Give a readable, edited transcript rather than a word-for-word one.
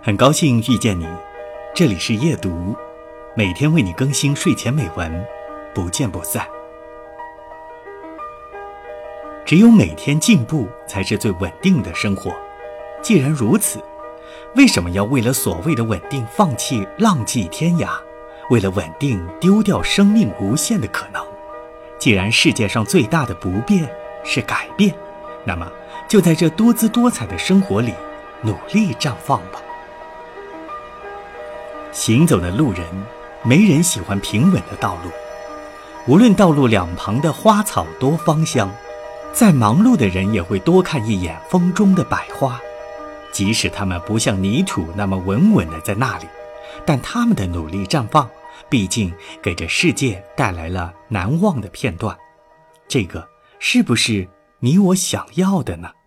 很高兴遇见你，这里是夜读，每天为你更新睡前美文，不见不散。只有每天进步才是最稳定的生活。既然如此，为什么要为了所谓的稳定放弃浪迹天涯？为了稳定丢掉生命无限的可能？既然世界上最大的不变是改变，那么就在这多姿多彩的生活里努力绽放吧。行走的路人，没人喜欢平稳的道路，无论道路两旁的花草多芳香，再忙碌的人也会多看一眼风中的百花，即使他们不像泥土那么稳稳的在那里，但他们的努力绽放，毕竟给这世界带来了难忘的片段。这个是不是你我想要的呢？